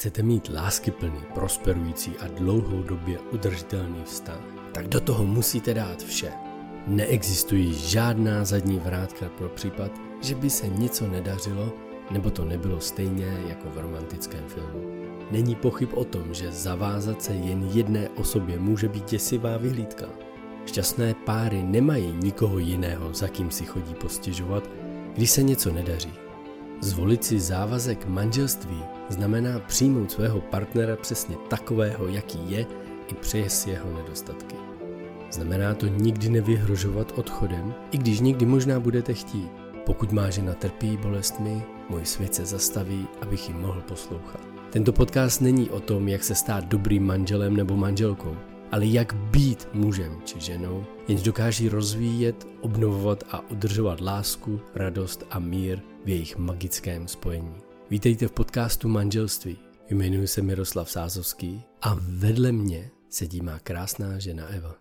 Chcete mít láskyplný, prosperující a dlouhodobě udržitelný vztah, tak do toho musíte dát vše. Neexistují žádná zadní vrátka pro případ, že by se něco nedařilo, nebo to nebylo stejně jako v romantickém filmu. Není pochyb o tom, že zavázat se jen jedné osobě může být děsivá vyhlídka. Šťastné páry nemají nikoho jiného, za kým si chodí postěžovat, když se něco nedaří. Zvolit si závazek manželství znamená přijmout svého partnera přesně takového, jaký je, i přes jeho nedostatky. Znamená to nikdy nevyhrožovat odchodem, i když někdy možná budete chtít. Pokud má žena trpí bolestmi, můj svět se zastaví, abych ji mohl poslouchat. Tento podcast není o tom, jak se stát dobrým manželem nebo manželkou, ale jak být mužem či ženou, jenž dokáží rozvíjet, obnovovat a udržovat lásku, radost a mír v jejich magickém spojení. Vítejte v podcastu Manželství. Jmenuji se Miroslav Sázovský a vedle mě sedí má krásná žena Eva.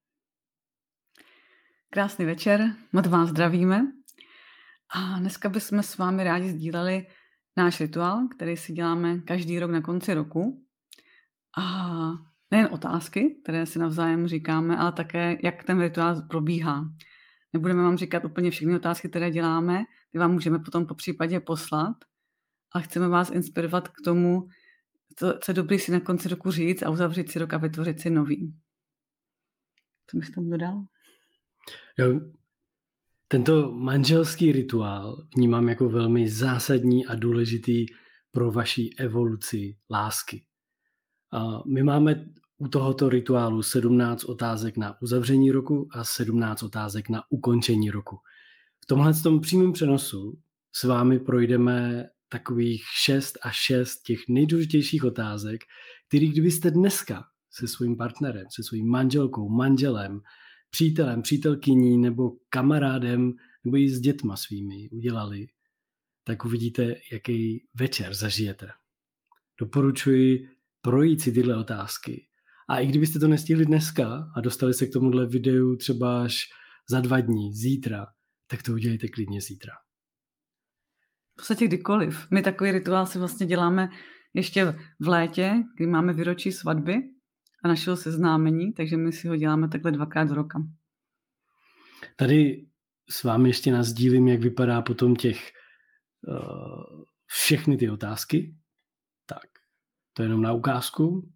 Krásný večer, moc vás zdravíme. A dneska bychom s vámi rádi sdíleli náš rituál, který si děláme každý rok na konci roku. A nejen otázky, které si navzájem říkáme, ale také, jak ten rituál probíhá. Nebudeme vám říkat úplně všechny otázky, které děláme, ty vám můžeme potom po případě poslat, ale chceme vás inspirovat k tomu, co je dobrý si na konci roku říct a uzavřít si rok a vytvořit si nový. Co bys tam dodal? Jo, tento manželský rituál vnímám jako velmi zásadní a důležitý pro vaši evoluci lásky. A my máme u tohoto rituálu 17 otázek na uzavření roku a 17 otázek na ukončení roku. V tomhle přímém přenosu s vámi projdeme takových 6 až 6 těch nejdůležitějších otázek, který kdybyste dneska se svým partnerem, se svým manželkou, manželem, přítelem, přítelkyní nebo kamarádem nebo i s dětma svými udělali, tak uvidíte, jaký večer zažijete. Doporučuji projít si tyhle otázky. A i kdybyste to nestihli dneska a dostali se k tomuhle videu třeba až za 2 dní, zítra, tak to udělejte klidně zítra. V podstatě kdykoliv. My takový rituál si vlastně děláme ještě v létě, kdy máme výročí svatby a našeho seznámení, takže my si ho děláme takhle 2krát do roka. Tady s vámi ještě nasdílím, jak vypadá potom těch všechny ty otázky. Tak, to je jenom na ukázku.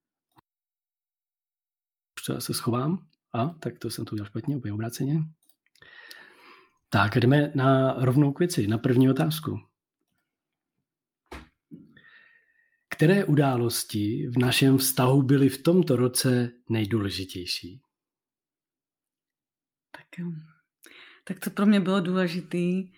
Už se schovám. Tak to jsem to udělal špatně, úplně obráceně. Tak, jdeme rovnou k věci, na první otázku. Které události v našem vztahu byly v tomto roce nejdůležitější? Tak co pro mě bylo důležitý,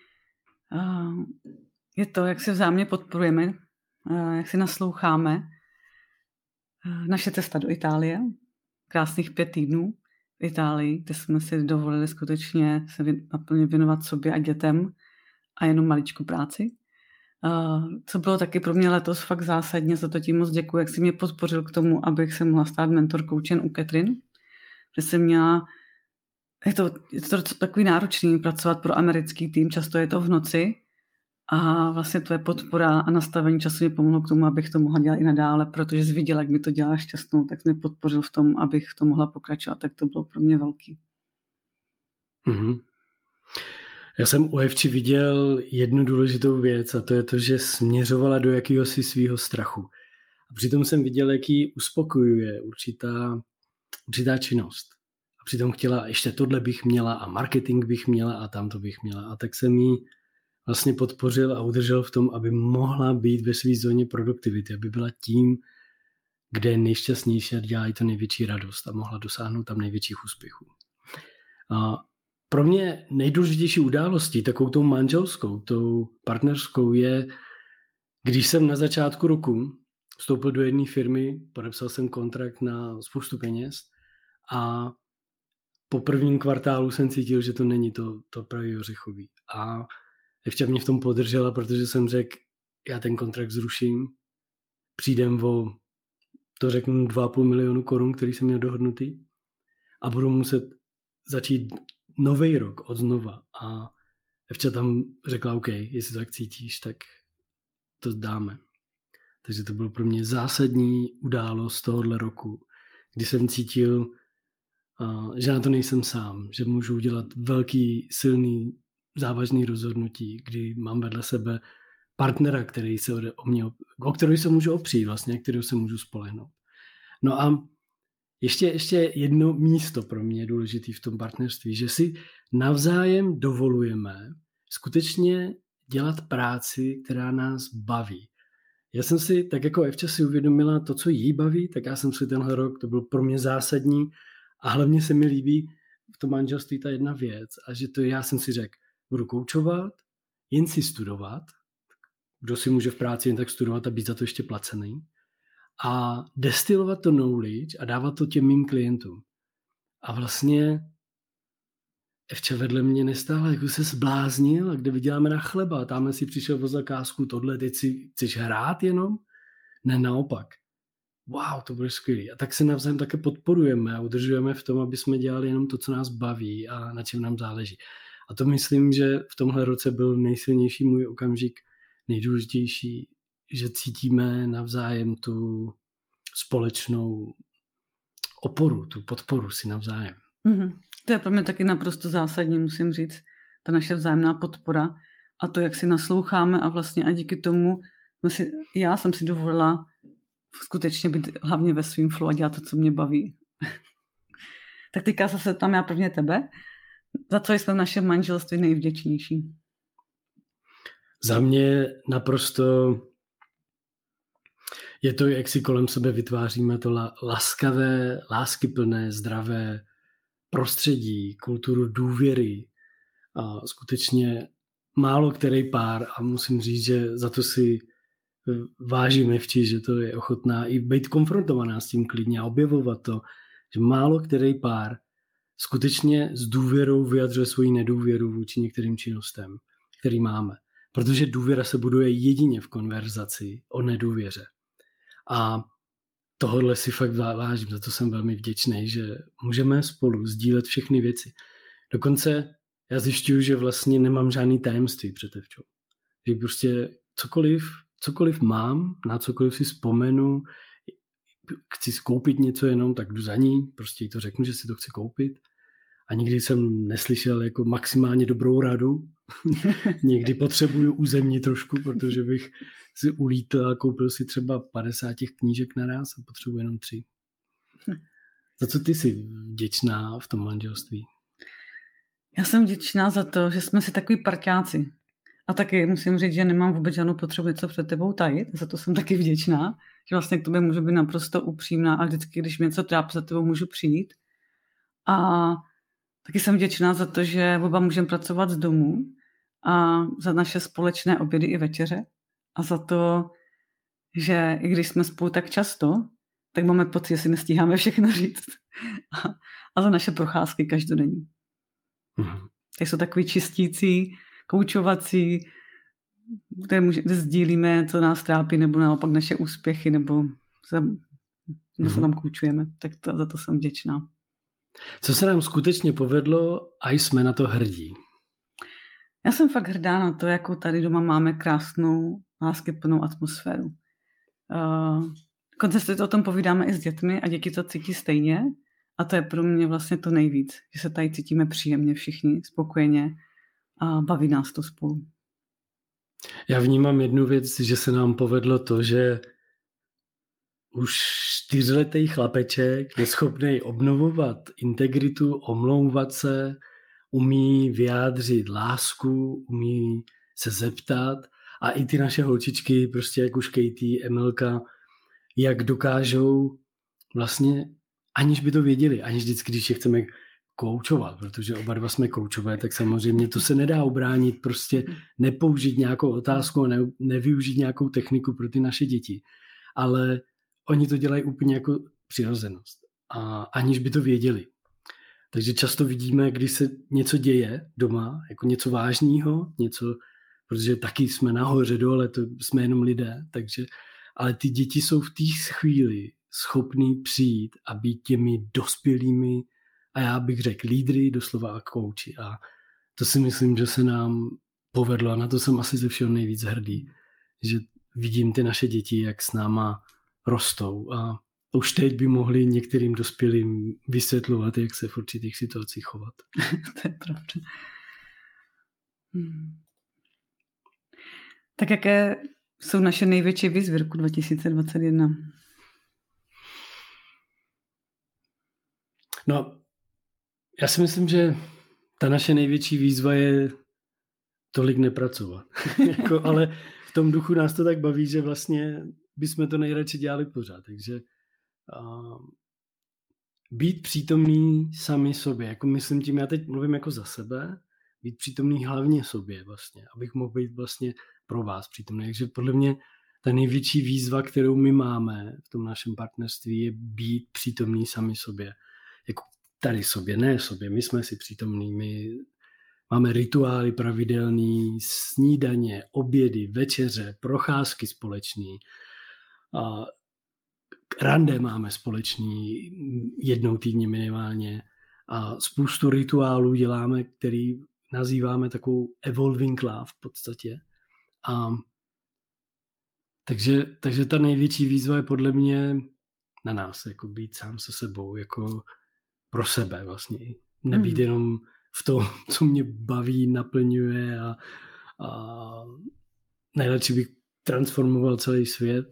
je to, jak se vzájemně podporujeme, jak si nasloucháme. Naše cesta do Itálie, krásných 5 týdnů v Itálii, kde jsme si dovolili skutečně se naplně věnovat sobě a dětem a jenom maličku práci. Co bylo taky pro mě letos fakt zásadně, za to ti moc děkuji, jak jsi mě podpořil k tomu, abych se mohla stát mentorkou jen u Catherine. Že jsem měla, je to takový náročný pracovat pro americký tým, často je to v noci a vlastně tvoje podpora a nastavení času mě pomohlo k tomu, abych to mohla dělat i nadále, protože jsi viděla, jak mi to dělá šťastnou, tak jsi mě podpořil v tom, abych to mohla pokračovat, tak to bylo pro mě velký. Mm-hmm. Já jsem u Evči viděl jednu důležitou věc a to je to, že směřovala do jakéhosi svýho strachu. A přitom jsem viděl, jak ji uspokojuje určitá činnost. A přitom chtěla, ještě tohle bych měla a marketing bych měla a tamto bych měla. A tak jsem ji vlastně podpořil a udržel v tom, aby mohla být ve své zóně produktivity, aby byla tím, kde je nejšťastnější a dělá jí to největší radost a mohla dosáhnout tam největších úspěchů. A pro mě nejdůležitější událostí, takovou tou manželskou, tou partnerskou je, když jsem na začátku roku vstoupil do jedné firmy, podepsal jsem kontrakt na spoustu peněz a po prvním kvartálu jsem cítil, že to není to pravý ořechový. A Evča mě v tom podržela, protože jsem řekl, já ten kontrakt zruším, přijdem to řeknu 2,5 milionu korun, který jsem měl dohodnutý a budu muset začít nový rok od znova. A Evča tam řekla, OK, jestli to tak cítíš, tak to dáme. Takže to bylo pro mě zásadní událost tohohle roku, kdy jsem cítil, že na to nejsem sám, že můžu udělat velký, silný, závažný rozhodnutí, kdy mám vedle sebe partnera, který se o kterého se můžu opřít vlastně, kterého se můžu spolehnout. No a ještě jedno místo pro mě je důležité v tom partnerství, že si navzájem dovolujeme skutečně dělat práci, která nás baví. Já jsem si, tak jako Evča si uvědomila to, co jí baví, tak já jsem si tenhle rok, to byl pro mě zásadní a hlavně se mi líbí v tom manželství ta jedna věc a že to já jsem si řekl, budu koučovat, jen si studovat, kdo si může v práci jen tak studovat a být za to ještě placený, a destilovat to knowledge a dávat to těm mým klientům. A vlastně Evča vedle mě nestála, jako se zbláznil a kde vyděláme na chleba. Tamhle si přišel o zakázku, tohle teď si chceš hrát jenom? Ne, naopak. Wow, to bude skvělý. A tak se navzájem také podporujeme a udržujeme v tom, aby jsme dělali jenom to, co nás baví a na čem nám záleží. A to myslím, že v tomhle roce byl nejsilnější můj okamžik, nejdůležitější, že cítíme navzájem tu společnou oporu, tu podporu si navzájem. Mm-hmm. To je pro mě taky naprosto zásadní, musím říct, ta naše vzájemná podpora a to, jak si nasloucháme a vlastně a díky tomu já jsem si dovolila skutečně být hlavně ve svým flow a dělat to, co mě baví. Tak teďka se tam já prvně tebe, za co jsme v našem manželství nejvděčnější. Za mě naprosto je to, jak si kolem sebe vytváříme to laskavé, láskyplné, zdravé prostředí, kulturu důvěry a skutečně málo který pár a musím říct, že za to si vážím Evči, že to je ochotná i být konfrontovaná s tím klidně a objevovat to, že málo který pár skutečně s důvěrou vyjadřuje svoji nedůvěru vůči některým činnostem, který máme. Protože důvěra se buduje jedině v konverzaci o nedůvěře. A tohle si fakt vážím, za to jsem velmi vděčný, že můžeme spolu sdílet všechny věci. Dokonce já zjišťuju, že vlastně nemám žádný tajemství před Evčou. Že prostě cokoliv mám, na cokoliv si vzpomenu, chci koupit něco jenom, tak jdu za ní, prostě jí to řeknu, že si to chci koupit. A nikdy jsem neslyšel jako maximálně dobrou radu. Někdy potřebuju uzemnit trošku, protože bych si ulítl a koupil si třeba 50 těch knížek naraz a potřebuji jenom 3. Za co ty jsi vděčná v tom manželství? Já jsem vděčná za to, že jsme si takový parťáci. A taky musím říct, že nemám vůbec žádnou potřebu něco před tebou tajit. Za to jsem taky vděčná, že vlastně k tobě můžu být naprosto upřímná a vždycky, když mě něco trápí, za tebou můžu přijít. A taky jsem vděčná za to, že oba můžeme pracovat z domu a za naše společné obědy i večeře a za to, že i když jsme spolu tak často, tak máme pocit, že si nestíháme všechno říct. A za naše procházky každodenní. Tak jsou takový čistící, koučovací, kde sdílíme, co nás trápí, nebo naopak naše úspěchy, nebo se tam koučujeme. Tak za to jsem vděčná. Co se nám skutečně povedlo a jsme na to hrdí? Já jsem fakt hrdá na to, jako tady doma máme krásnou, láskyplnou atmosféru. Dokonce si o tom povídáme i s dětmi a děti to cítí stejně a to je pro mě vlastně to nejvíc, že se tady cítíme příjemně všichni, spokojeně a baví nás to spolu. Já vnímám jednu věc, že se nám povedlo to, že už 4letý chlapeček je schopný obnovovat integritu, omlouvat se, umí vyjádřit lásku, umí se zeptat a i ty naše holčičky, prostě jak už Katie, Emilka, jak dokážou vlastně, aniž by to věděli, aniž vždycky, když je chceme koučovat, protože oba dva jsme koučové, tak samozřejmě to se nedá ubránit, prostě nepoužít nějakou otázku a nevyužít nějakou techniku pro ty naše děti. Ale oni to dělají úplně jako přirozenost, a aniž by to věděli. Takže často vidíme, když se něco děje doma, jako něco vážného, protože taky jsme nahoře dole, to jsme jenom lidé, ale ty děti jsou v té chvíli schopný přijít a být těmi dospělými, a já bych řekl lídry, doslova a kouči. A to si myslím, že se nám povedlo a na to jsem asi ze všeho nejvíc hrdý, že vidím ty naše děti, jak s náma rostou a už teď by mohli některým dospělým vysvětlovat, jak se v určitých situacích chovat. To je pravda. Tak jaké jsou naše největší výzvy roku 2021? No, já si myslím, že ta naše největší výzva je tolik nepracovat. Ale v tom duchu nás to tak baví, že vlastně bychom to nejradši dělali pořád. Takže být přítomný sami sobě. Jako myslím tím, já teď mluvím jako za sebe, být přítomný hlavně sobě vlastně, abych mohl být vlastně pro vás přítomný. Takže podle mě ta největší výzva, kterou my máme v tom našem partnerství, je být přítomný sami sobě. Jako tady sobě, ne sobě. My jsme si přítomní, my máme rituály pravidelný, snídaně, obědy, večeře, procházky společný. A rande máme společný jednou týdně minimálně. A spoustu rituálů děláme, který nazýváme takovou evolving love v podstatě. A takže ta největší výzva je podle mě na nás, jako být sám se sebou, jako pro sebe vlastně. Nebýt jenom v tom, co mě baví, naplňuje a nejlepší bych transformoval celý svět.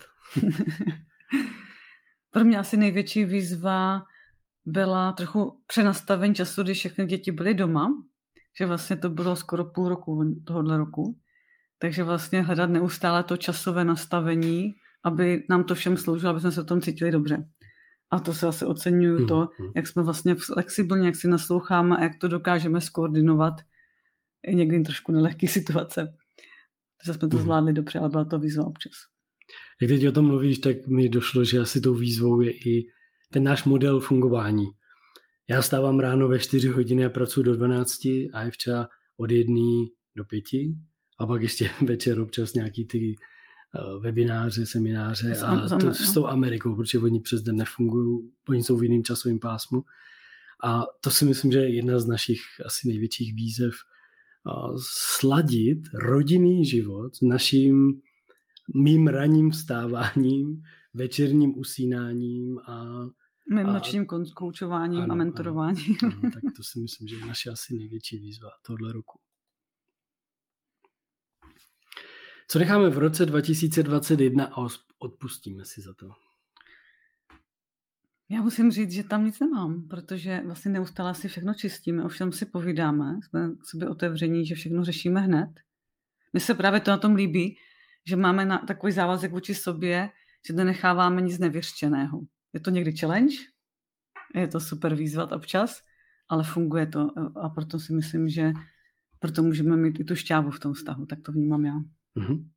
Pro mě asi největší výzva byla trochu přenastavení času, když všechny děti byly doma, že vlastně to bylo skoro půl roku tohohle roku. Takže vlastně hledat neustále to časové nastavení, aby nám to všem sloužilo, aby jsme se v tom cítili dobře. A to se asi oceňuju to, jak jsme vlastně flexibilní, jak si nasloucháme a jak to dokážeme skoordinovat i někdy trošku nelehký situace. Takže jsme to zvládli dobře, ale byla to výzva občas. Jak teď o tom mluvíš, tak mi došlo, že asi tou výzvou je i ten náš model fungování. Já stávám ráno ve 4 hodiny a pracuji do 12 a je včera od 1 do 5 a pak ještě večer občas nějaký ty webináře, semináře s tou Amerikou, protože oni přes den nefungují, oni jsou v jiném časovém pásmu. A to si myslím, že je jedna z našich asi největších výzev, sladit rodinný život s mým ranním vstáváním, večerním usínáním a mým nočním koučováním a mentorováním. Ano, tak to si myslím, že je naše asi největší výzva tohle roku. Co necháme v roce 2021 a odpustíme si za to? Já musím říct, že tam nic nemám, protože vlastně neustále si všechno čistíme, o všem si povídáme, jsme k sobě otevření, že všechno řešíme hned. Mně se právě to na tom líbí, že máme takový závazek vůči sobě, že nenecháváme nic nevyřčeného. Je to někdy challenge, je to super výzvat občas, ale funguje to a proto si myslím, že proto můžeme mít i tu šťávu v tom vztahu, tak to vnímám já. Mm-hmm.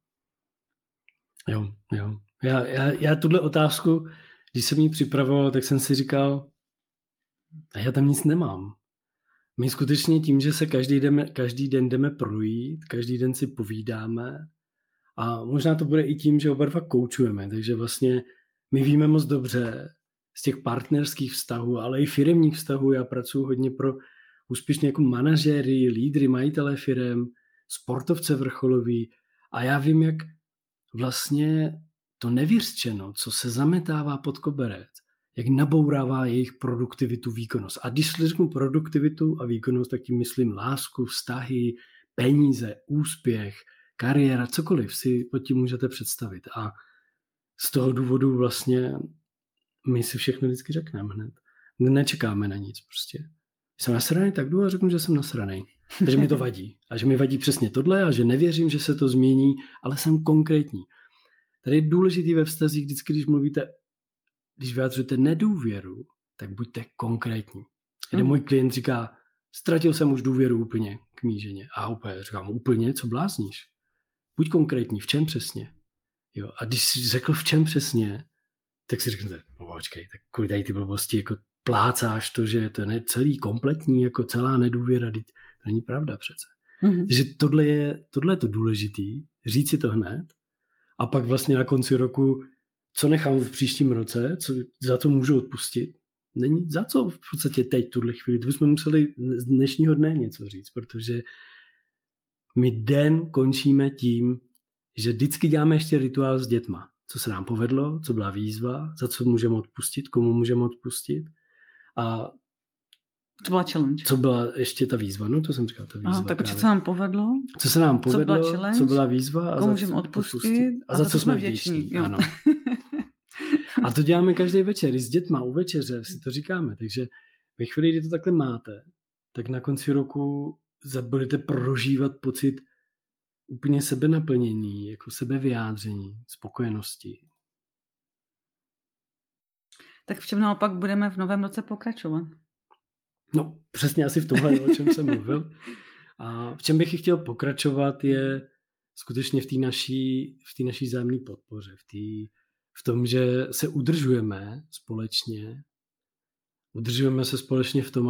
Jo. Já tuhle otázku, když jsem ji připravoval, tak jsem si říkal, a já tam nic nemám. My skutečně tím, že se každý den jdeme projít, každý den si povídáme a možná to bude i tím, že oba dva koučujeme, takže vlastně my víme moc dobře z těch partnerských vztahů, ale i firemních vztahů. Já pracuji hodně pro úspěšně jako manažéry, lídry, majitelé firem, sportovce vrcholoví a já vím, jak vlastně to nevyřčeno, co se zametává pod koberec, jak nabourává jejich produktivitu, výkonnost. A když řeknu produktivitu a výkonnost, tak tím myslím lásku, vztahy, peníze, úspěch, kariéra, cokoliv si pod tím můžete představit. A z toho důvodu vlastně my si všechno vždycky řekneme hned. Nečekáme na nic prostě. Jsem nasranej, tak jdu a řeknu, že jsem nasranej. Takže mi to vadí. A že mi vadí přesně tohle a že nevěřím, že se to změní, ale jsem konkrétní. Tady je důležitý ve vztazích vždycky, když vyjadřujete nedůvěru, tak buďte konkrétní. Když můj klient říká, ztratil jsem už důvěru úplně k mý ženě. A úplně říkám, úplně, co blázníš? Buď konkrétní, v čem přesně? Jo, a když jsi řekl v čem přesně, tak si řeknete, no počkej, tak kvůli tady ty blbosti jako plácáš to, že to je celý kompletní, jako celá nedůvěra, to není pravda přece. Mm-hmm. Takže tohle je to důležitý, říct si to hned a pak vlastně na konci roku, co nechám v příštím roce, za co můžu odpustit, není za co v podstatě teď, tuhle chvíli. To bychom museli z dnešního dne něco říct, protože my den končíme tím, že vždycky děláme ještě rituál s dětma. Co se nám povedlo, co byla výzva, za co můžeme odpustit, komu můžeme odpustit. A to byla challenge. Co byla ještě ta výzva? No to jsem říkal, ta výzva. Tak co se nám povedlo? Co se nám povedlo, co byla výzva. Komu můžeme odpustit a za co jsme vděční. Ano. A to děláme každý večer, i s dětma u večeře si to říkáme. Takže ve chvíli, kdy to takhle máte, tak na konci roku budete prožívat pocit úplně sebenaplnění, jako sebevyjádření, spokojenosti. Tak v čem naopak budeme v novém roce pokračovat? No, přesně asi v tomhle, o čem jsem mluvil. A v čem bych chtěl pokračovat je skutečně v té naší vzájemné podpoře, v tom, že se udržujeme společně v tom,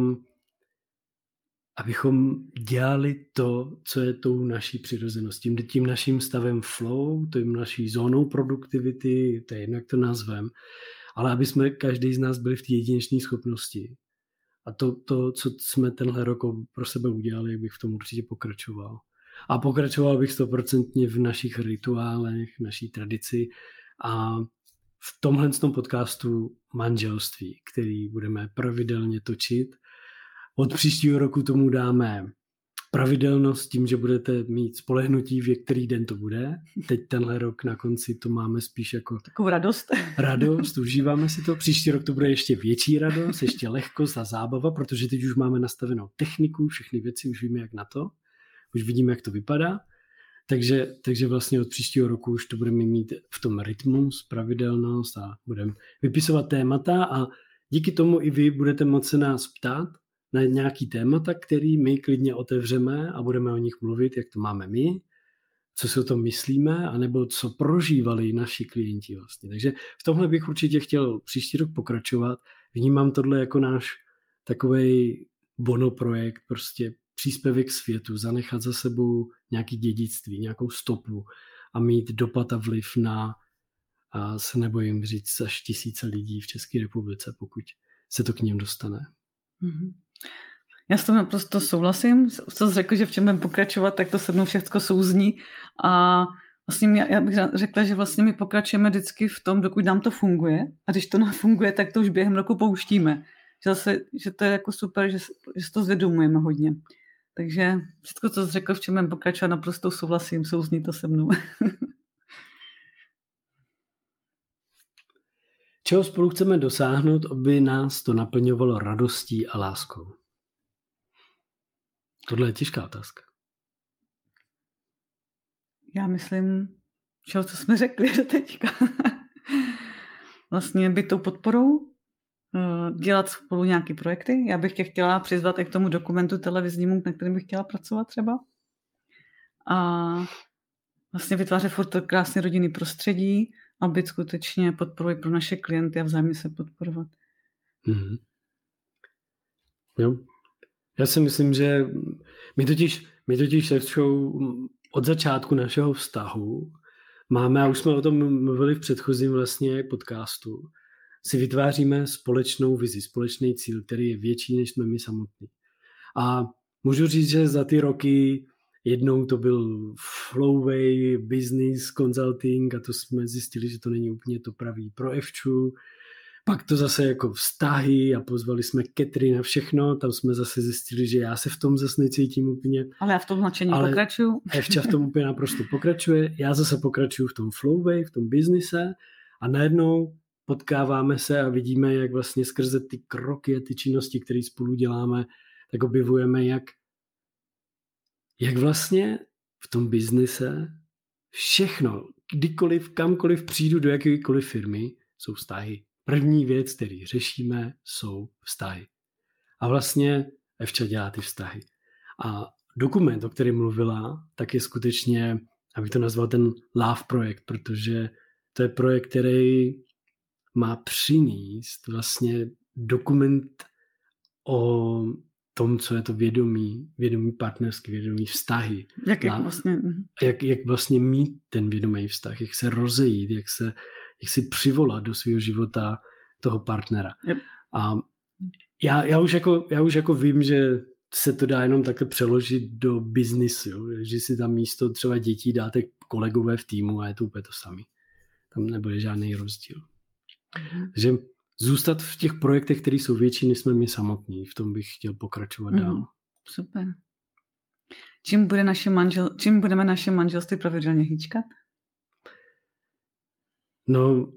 abychom dělali to, co je tou naší přirozeností, tím naším stavem flow, tím naší zónou produktivity, to je jedno, jak to nazvem, ale aby jsme každý z nás byli v té jedinečné schopnosti. A to, co jsme tenhle rok pro sebe udělali, bych v tom určitě pokračoval. A pokračoval bych 100% v našich rituálech, v naší tradici a v tomhle podcastu manželství, který budeme pravidelně točit. Od příštího roku tomu dáme pravidelnost tím, že budete mít spolehnutí, v který den to bude. Teď tenhle rok na konci to máme spíš jako takovou radost. Radost, užíváme si to. Příští rok to bude ještě větší radost, ještě lehkost a zábava, protože teď už máme nastavenou techniku, všechny věci, už víme, jak na to. Už vidíme, jak to vypadá. Takže vlastně od příštího roku už to budeme mít v tom rytmus, pravidelnost a budeme vypisovat témata a díky tomu i vy budete moci nás ptát na nějaký témata, který my klidně otevřeme a budeme o nich mluvit, jak to máme my, co si o tom myslíme, anebo co prožívali naši klienti vlastně. Takže v tomhle bych určitě chtěl příští rok pokračovat. Vnímám tohle jako náš takovej bonoprojekt, prostě příspěvek světu, zanechat za sebou nějaký dědictví, nějakou stopu a mít dopad a vliv na, a se nebojím říct, až 1000 lidí v České republice, pokud se to k ním dostane. Mm-hmm. Já s tím naprosto souhlasím. Co jsi řekl, že v čem budeme pokračovat, tak to se mnou všechno souzní. A vlastně já bych řekla, že vlastně my pokračujeme vždycky v tom, dokud nám to funguje. A když to nám funguje, tak to už během roku pouštíme. Že to je jako super, že si to zvědomujeme hodně. Takže všechno, co jsi řekl, v čem budeme pokračovat, naprosto souhlasím, souzní to se mnou. Čeho spolu chceme dosáhnout, aby nás to naplňovalo radostí a láskou? Tohle je těžká otázka. Já myslím, co jsme řekli do teďka. Vlastně být tou podporou, dělat spolu nějaké projekty. Já bych tě chtěla přizvat i k tomu dokumentu televiznímu, na kterém bych chtěla pracovat třeba. A vlastně vytvářet furt to krásné rodinné prostředí a být skutečně podporou pro naše klienty a vzájemně se podporovat. Mm-hmm. Jo. Já si myslím, že my totiž se od začátku našeho vztahu máme, a už jsme o tom mluvili v předchozím vlastně podcastu, si vytváříme společnou vizi, společný cíl, který je větší, než jsme my samotní. A můžu říct, že za ty roky jednou to byl Flowway, business consulting a to jsme zjistili, že to není úplně to pravý pro Evču. Pak to zase jako vztahy a pozvali jsme Katry na všechno, tam jsme zase zjistili, že já se v tom zase necítím úplně. Ale já v tom nadšení pokračuju. Evča v tom úplně naprosto pokračuje, já zase pokračuju v tom Flowway, v tom biznise a najednou potkáváme se a vidíme, jak vlastně skrze ty kroky a ty činnosti, které spolu děláme, tak objevujeme, jak vlastně v tom biznise všechno, kdykoliv, kamkoliv přijdu do jakékoliv firmy, jsou vztahy. První věc, který řešíme, jsou vztahy. A vlastně Evča dělá ty vztahy. A dokument, o kterém mluvila, tak je skutečně, abych to nazval ten love projekt, protože to je projekt, který má přinést vlastně dokument o tom, co je to vědomí partnerský, vědomí vztahy. Jak vlastně mít ten vědomý vztah, jak se rozejít, jak si přivolat do svého života toho partnera. Yep. A já už jako vím, že se to dá jenom takhle přeložit do biznisu, že si tam místo třeba dětí dáte kolegové v týmu a je to úplně to samé. Tam nebude žádný rozdíl. Takže zůstat v těch projektech, které jsou větší, než jsme my samotní. V tom bych chtěl pokračovat dál. Super. Čím budeme naše manželství pravidelně hýčkat? No,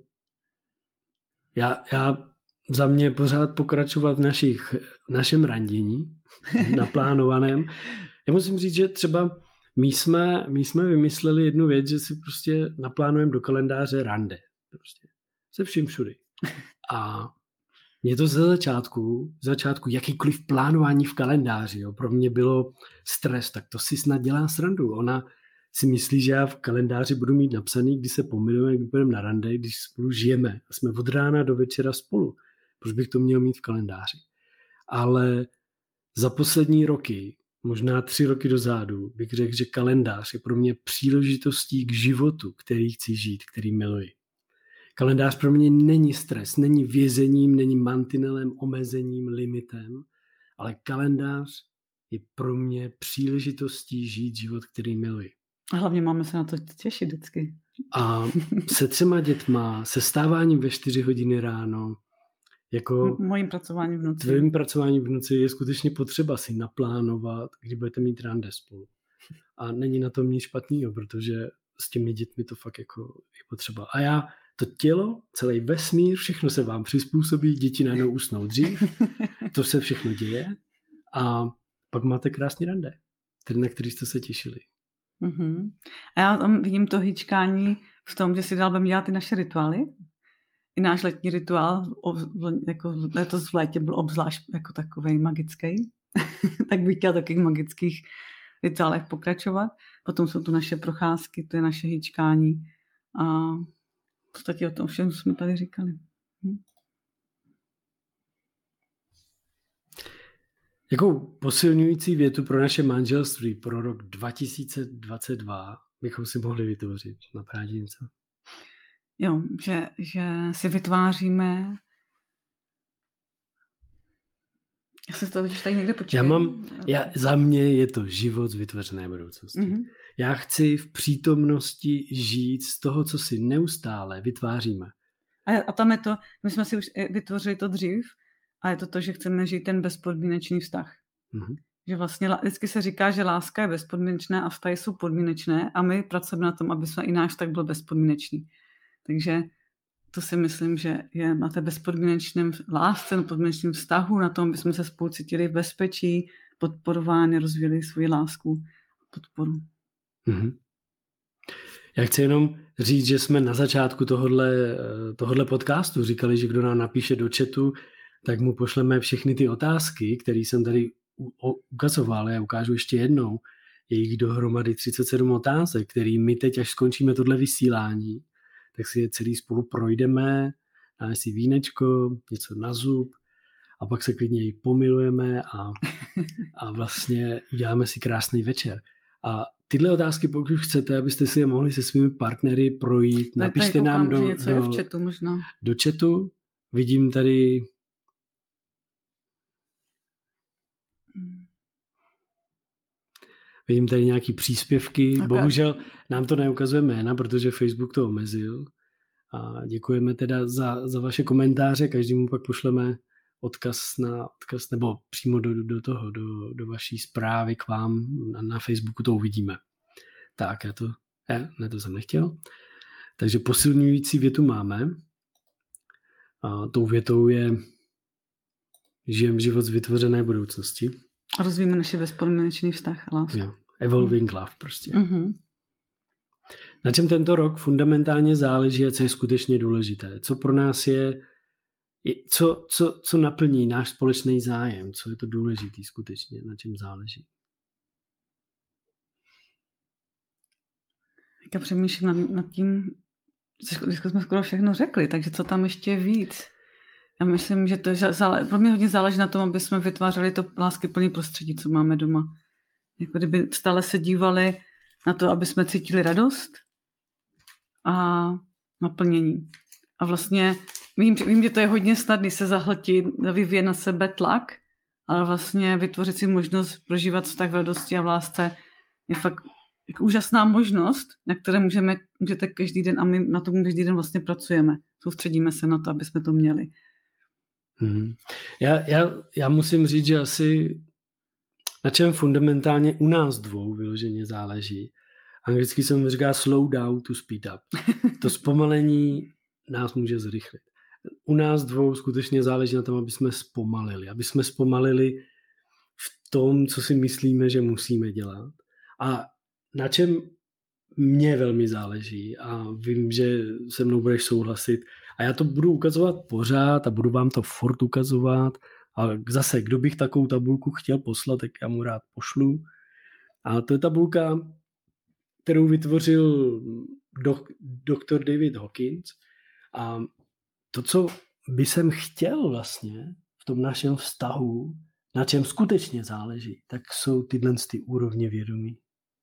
já za mě pořád pokračovat v našem randění, naplánovaném. Já musím říct, že třeba my jsme vymysleli jednu věc, že si prostě naplánujeme do kalendáře rande. Prostě. Se vším všudy. A mě to ze začátku jakýkoliv plánování v kalendáři, jo, pro mě bylo stres, tak to si snad dělá srandu. Ona si myslí, že já v kalendáři budu mít napsaný, kdy se pomilujeme, kdy budeme na rande, když spolu žijeme. A jsme od rána do večera spolu. Proč bych to měl mít v kalendáři? Ale za poslední roky, možná 3 roky dozadu, bych řekl, že kalendář je pro mě příležitostí k životu, který chci žít, který miluji. Kalendář pro mě není stres, není vězením, není mantinelem, omezením, limitem, ale kalendář je pro mě příležitostí žít život, který miluji. A hlavně máme se na to těšit vždycky. A se 3 dětma, se stáváním ve 4 hodiny ráno, jako mojím pracováním v noci. Tvým pracováním v noci je skutečně potřeba si naplánovat, kdy budete mít rande spolu. A není na tom nic špatného, protože s těmi dětmi to fakt jako je potřeba. A já to tělo, celý vesmír, všechno se vám přizpůsobí, děti najednou usnou dřív, to se všechno děje a pak máte krásný rande, na který jste se těšili. A já tam vidím to hýčkání v tom, že si dál budeme dělat ty naše rituály. I náš letní rituál, jako letos v létě byl obzvlášť jako takovej magický. Tak bych chtěla takových magických rituálech pokračovat. Potom jsou tu naše procházky, to je naše hýčkání. A v podstatě o tom všem jsme tady říkali. Jakou posilňující větu pro naše manželství pro rok 2022 bychom si mohli vytvořit? Napadá něco? Jo, že si vytváříme... Já se to tady někde počítám. Za mě je to život z vytvořené budoucnosti. Já chci v přítomnosti žít z toho, co si neustále vytváříme. A tam je to, my jsme si už vytvořili to dřív, a je to, že chceme žít ten bezpodmínečný vztah. Že vlastně vždycky se říká, že láska je bezpodmínečná a vztahy jsou podmínečné a my pracujeme na tom, aby jsme i náš vztah byl bezpodmínečný. Takže to si myslím, že je na té bezpodmínečném lásce, na podmínečném vztahu, na tom, aby jsme se spolu cítili v bezpečí, podporováni, rozvíjeli svoji lásku a podporu. Já chci jenom říct, že jsme na začátku tohodle podcastu říkali, že kdo nám napíše do chatu, tak mu pošleme všechny ty otázky, které jsem tady ukazoval. Já ukážu ještě jednou. Je jich dohromady 37 otázek, které my teď, až skončíme tohle vysílání, tak si je celý spolu projdeme, dáme si vínečko, něco na zub a pak se klidně i pomilujeme a vlastně uděláme si krásný večer. A tyhle otázky, pokud chcete, abyste si je mohli se svými partnery projít, napište nám do chatu. Vidím tady nějaký příspěvky. Okay. Bohužel nám to neukazuje jména, protože Facebook to omezil. A děkujeme teda za vaše komentáře. Každému pak pošleme odkaz nebo přímo do vaší zprávy k vám. Na Facebooku to uvidíme. Tak, to jsem nechtěl. Takže posilňující větu máme. A tou větou je: žijem život z vytvořené budoucnosti. A rozvíjíme naše bezpodmínečný vztah a lásku. Jo. Evolving love prostě. Na čem tento rok fundamentálně záleží a co je skutečně důležité? Co pro nás co naplní náš společný zájem? Co je to důležitý skutečně? Na čem záleží? Já přemýšlím nad tím, že jsme skoro všechno řekli, takže co tam ještě víc? Já myslím, že to pro mě hodně záleží na tom, aby jsme vytvářeli to láskyplné prostředí, co máme doma. Jako kdyby stále se dívali na to, aby jsme cítili radost a naplnění. A vlastně vím, že to je hodně snadné se zahltit, vyvíjet na sebe tlak ale vlastně vytvořit si možnost prožívat vztah v radosti a v lásce je fakt jako úžasná možnost, na které můžete každý den a my na tom každý den vlastně pracujeme. Soustředíme se na to, aby jsme to měli. Já musím říct, že asi na čem fundamentálně u nás dvou vyloženě záleží. Anglicky se mu říká slow down to speed up. To zpomalení nás může zrychlit. U nás dvou skutečně záleží na tom, aby jsme zpomalili. Aby jsme zpomalili v tom, co si myslíme, že musíme dělat. A na čem mně velmi záleží a vím, že se mnou budeš souhlasit. A já to budu ukazovat pořád a budu vám to furt ukazovat. A zase, kdo bych takovou tabulku chtěl poslat, tak já mu rád pošlu. A to je tabulka, kterou vytvořil doktor David Hawkins. A to, co by jsem chtěl vlastně v tom našem vztahu, na čem skutečně záleží, tak jsou tyhle úrovně vědomí.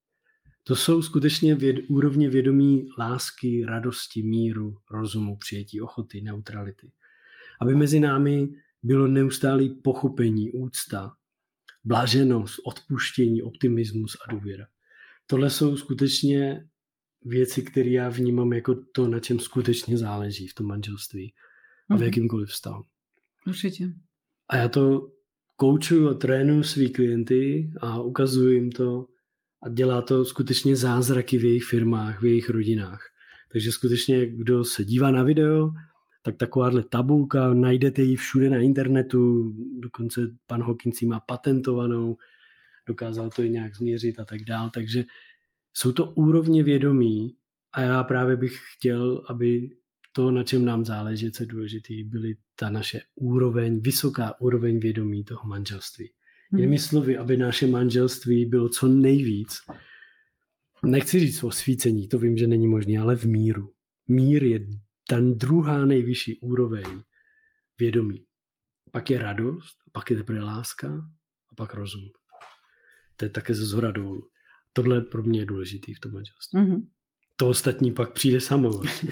To jsou skutečně úrovně vědomí lásky, radosti, míru, rozumu, přijetí, ochoty, neutrality. Aby mezi námi bylo neustálé pochopení, úcta, blaženost, odpuštění, optimismus a důvěra. Tohle jsou skutečně věci, které já vnímám jako to, na čem skutečně záleží v tom manželství a v jakýmkoliv vztahu. Určitě. A já to koučuju a trénuju svý klienty a ukazuju jim to a dělá to skutečně zázraky v jejich firmách, v jejich rodinách. Takže skutečně, kdo se dívá na video, tak takováhle tabulka, najdete ji všude na internetu, dokonce pan Hawkins má patentovanou, dokázal to i nějak změřit a tak dál. Takže jsou to úrovně vědomí a já právě bych chtěl, aby to, na čem nám záleží, co je důležité, byly ta naše úroveň, vysoká úroveň vědomí toho manželství. Jinými slovy, aby naše manželství bylo co nejvíc, nechci říct osvícení, to vím, že není možné, ale v míru. Mír je ten druhá nejvyšší úroveň vědomí. Pak je radost, pak je teprve láska a pak rozum. To je také ze zhora dolů. Tohle pro mě je důležitý v tom manželství. To ostatní pak přijde samo. Vlastně.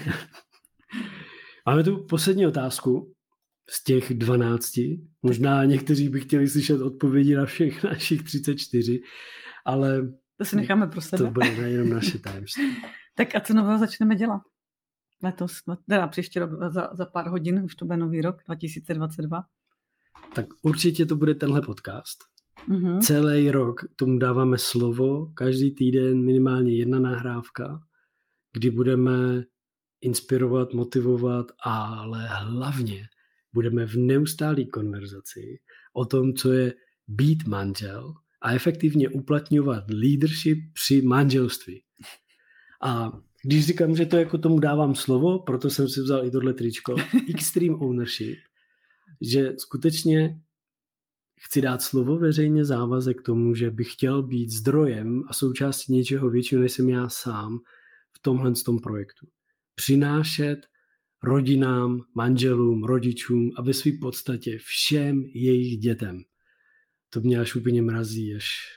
Máme tu poslední otázku z těch 12. Možná někteří by chtěli slyšet odpovědi na všech našich 34, ale to si necháme pro sebe. To bude jenom naše tajemství. Tak a co nového začneme dělat? Letos, teda příští rok, za pár hodin, už to bude nový rok, 2022. Tak určitě to bude tenhle podcast. Celý rok tomu dáváme slovo, každý týden minimálně jedna nahrávka, kdy budeme inspirovat, motivovat, ale hlavně budeme v neustálé konverzaci o tom, co je být manžel a efektivně uplatňovat leadership při manželství. A když říkám, že to jako tomu dávám slovo, proto jsem si vzal i tohle tričko, Extreme Ownership, že skutečně chci dát slovo veřejně závazek k tomu, že bych chtěl být zdrojem a součástí něčeho většího, než jsem já sám v tomhle projektu. Přinášet rodinám, manželům, rodičům a ve své podstatě všem jejich dětem. To mě až úplně mrazí,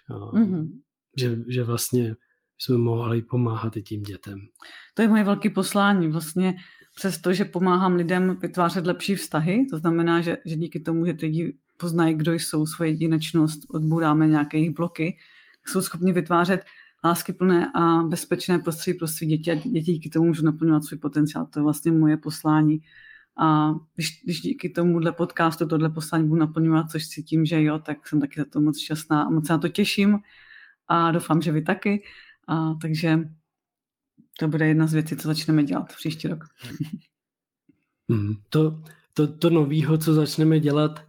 že vlastně jsme mohli pomáhat i tím dětem. To je moje velké poslání. Vlastně přesto, že pomáhám lidem vytvářet lepší vztahy, to znamená, že díky tomu, že lidi poznají, kdo jsou, svoji jedinečnost, odbouráme nějaké bloky, jsou schopni vytvářet láskyplné a bezpečné prostředí pro své děti a děti díky tomu můžou naplňovat svůj potenciál. To je vlastně moje poslání. A když díky tomuhle podcastu tohle poslání budu naplňovat, což cítím, že jo, tak jsem taky za to moc šťastná a moc se na to těším a doufám, že vy taky. Takže to bude jedna z věcí, co začneme dělat příští rok. To novýho, co začneme dělat,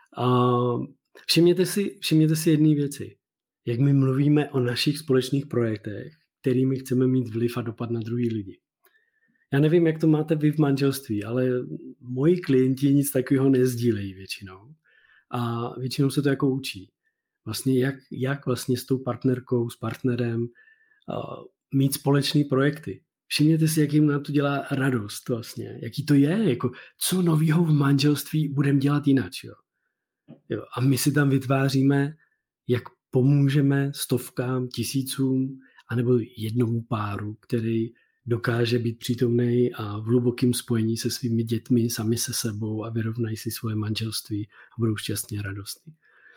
všimněte si jedné věci. Jak my mluvíme o našich společných projektech, kterými chceme mít vliv a dopad na druhý lidi. Já nevím, jak to máte vy v manželství, ale moji klienti nic takového nezdílejí většinou. A většinou se to jako učí. Vlastně jak vlastně s tou partnerkou, s partnerem mít společné projekty. Všimněte si, jak jim nám to dělá radost vlastně. Jaký to je, jako co novýho v manželství budeme dělat jinak. Jo. A my si tam vytváříme, jak pomůžeme stovkám, tisícům, anebo jednomu páru, který dokáže být přítomný a v hlubokém spojení se svými dětmi, sami se sebou a vyrovnají si svoje manželství a budou šťastně a radostní.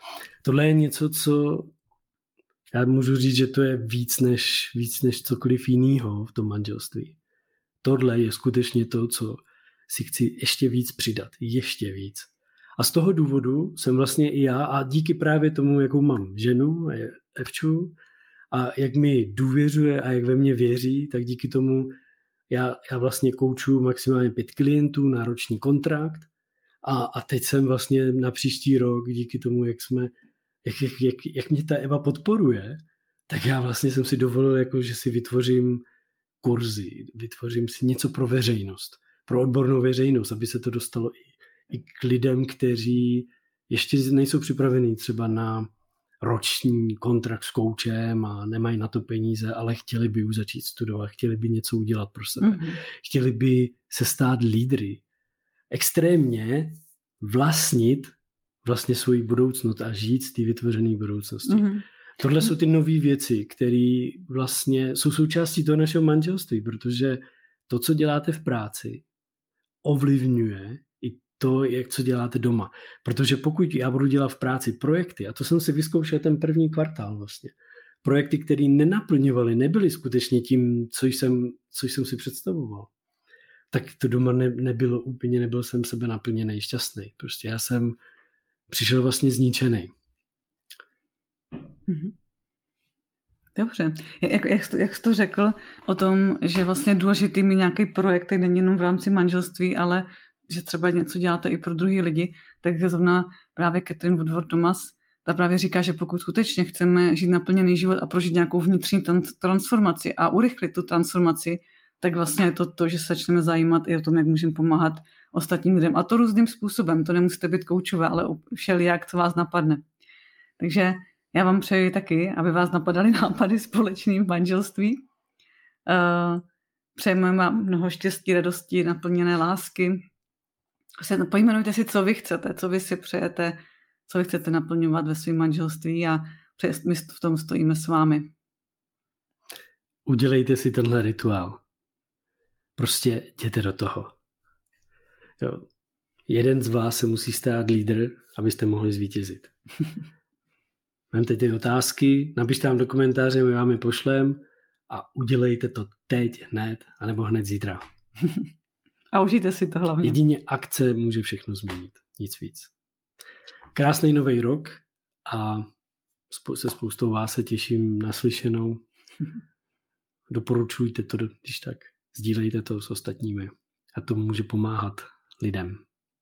Tohle je něco, co já můžu říct, že to je víc než cokoliv jiného v tom manželství. Tohle je skutečně to, co si chci ještě víc přidat. Ještě víc. A z toho důvodu jsem vlastně i já, a díky právě tomu, jakou mám ženu, Evču, a jak mi důvěřuje a jak ve mě věří, tak díky tomu já vlastně koučuju maximálně 5 klientů na roční kontrakt a teď jsem vlastně na příští rok, díky tomu, jak mě ta Eva podporuje, tak já vlastně jsem si dovolil, jako, že si vytvořím kurzy, vytvořím si něco pro veřejnost, pro odbornou veřejnost, aby se to dostalo i k lidem, kteří ještě nejsou připravení třeba na roční kontrakt s koučem a nemají na to peníze, ale chtěli by už začít studovat, chtěli by něco udělat pro sebe. Mm-hmm. Chtěli by se stát lídry. Extrémně vlastnit vlastně svoji budoucnost a žít z té vytvořené budoucnosti. Mm-hmm. Tohle jsou ty nové věci, které vlastně jsou součástí toho našeho manželství, protože to, co děláte v práci, ovlivňuje i to, co děláte doma. Protože pokud já budu dělat v práci projekty, a to jsem si vyzkoušel ten první kvartál vlastně, projekty, které nenaplňovaly, nebyly skutečně tím, co jsem si představoval, tak to doma nebyl jsem sebe naplněnej, šťastný. Prostě já jsem přišel vlastně zničený. Dobře. Jak jsi to řekl o tom, že vlastně důležitý mít nějaký projekt, který není jenom v rámci manželství, ale že třeba něco děláte i pro druhý lidi, tak zrovna právě Catherine Woodward Thomas, ta právě říká, že pokud skutečně chceme žít naplněný život a prožít nějakou vnitřní transformaci a urychlit tu transformaci, tak vlastně je to, že se začneme zajímat i o tom, jak můžeme pomáhat ostatním lidem. A to různým způsobem. To nemusíte být koučové, ale všelijak, co vás napadne. Takže já vám přeji taky, aby vás napadaly nápady společný v manželství. Přejeme vám mnoho štěstí, radosti, naplněné lásky. Pojmenujte si, co vy chcete, co vy si přejete, co vy chcete naplňovat ve svém manželství a my v tom stojíme s vámi. Udělejte si tenhle rituál. Prostě jděte do toho. Jo. Jeden z vás se musí stát lídr, abyste mohli zvítězit. Vemte ty otázky, napište nám do komentáře, my vám je pošlem a udělejte to teď, hned, anebo hned zítra. A užijte si to hlavně. Jedině akce může všechno změnit, nic víc. Krásný nový rok a se spoustou vás se těším na slyšenou. Doporučujte to, když tak. Sdílejte to s ostatními a to může pomáhat lidem.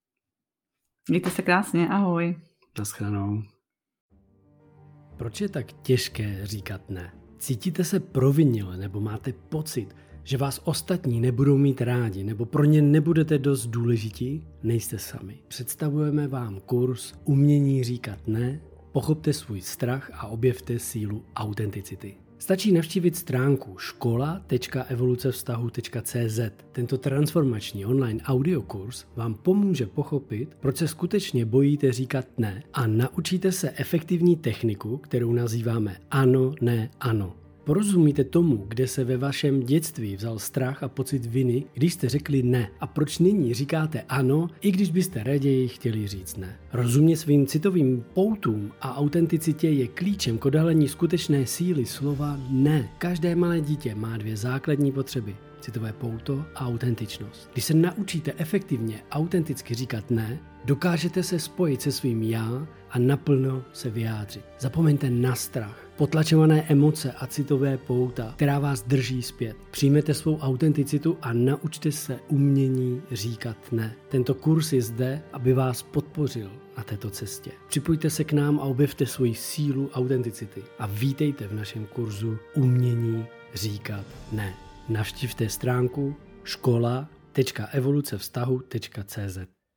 Mějte se krásně, ahoj. Naschledanou. Proč je tak těžké říkat ne? Cítíte se provinile nebo máte pocit, že vás ostatní nebudou mít rádi nebo pro ně nebudete dost důležití? Nejste sami. Představujeme vám kurz Umění říkat ne, pochopte svůj strach a objevte sílu autenticity. Stačí navštívit stránku škola.evolucevztahu.cz. Tento transformační online audiokurs vám pomůže pochopit, proč se skutečně bojíte říkat ne a naučíte se efektivní techniku, kterou nazýváme ano, ne, ano. Porozumíte tomu, kde se ve vašem dětství vzal strach a pocit viny, když jste řekli ne a proč nyní říkáte ano, i když byste raději chtěli říct ne. Rozumět svým citovým poutům a autenticitě je klíčem k odhalení skutečné síly slova ne. Každé malé dítě má 2 základní potřeby. Citové pouto a autentičnost. Když se naučíte efektivně autenticky říkat ne, dokážete se spojit se svým já a naplno se vyjádřit. Zapomeňte na strach, potlačované emoce a citové pouta, která vás drží zpět. Přijměte svou autenticitu a naučte se umění říkat ne. Tento kurz je zde, aby vás podpořil na této cestě. Připojte se k nám a objevte svoji sílu autenticity a vítejte v našem kurzu Umění říkat ne. Navštivte stránku škola.evolucevztahu.cz.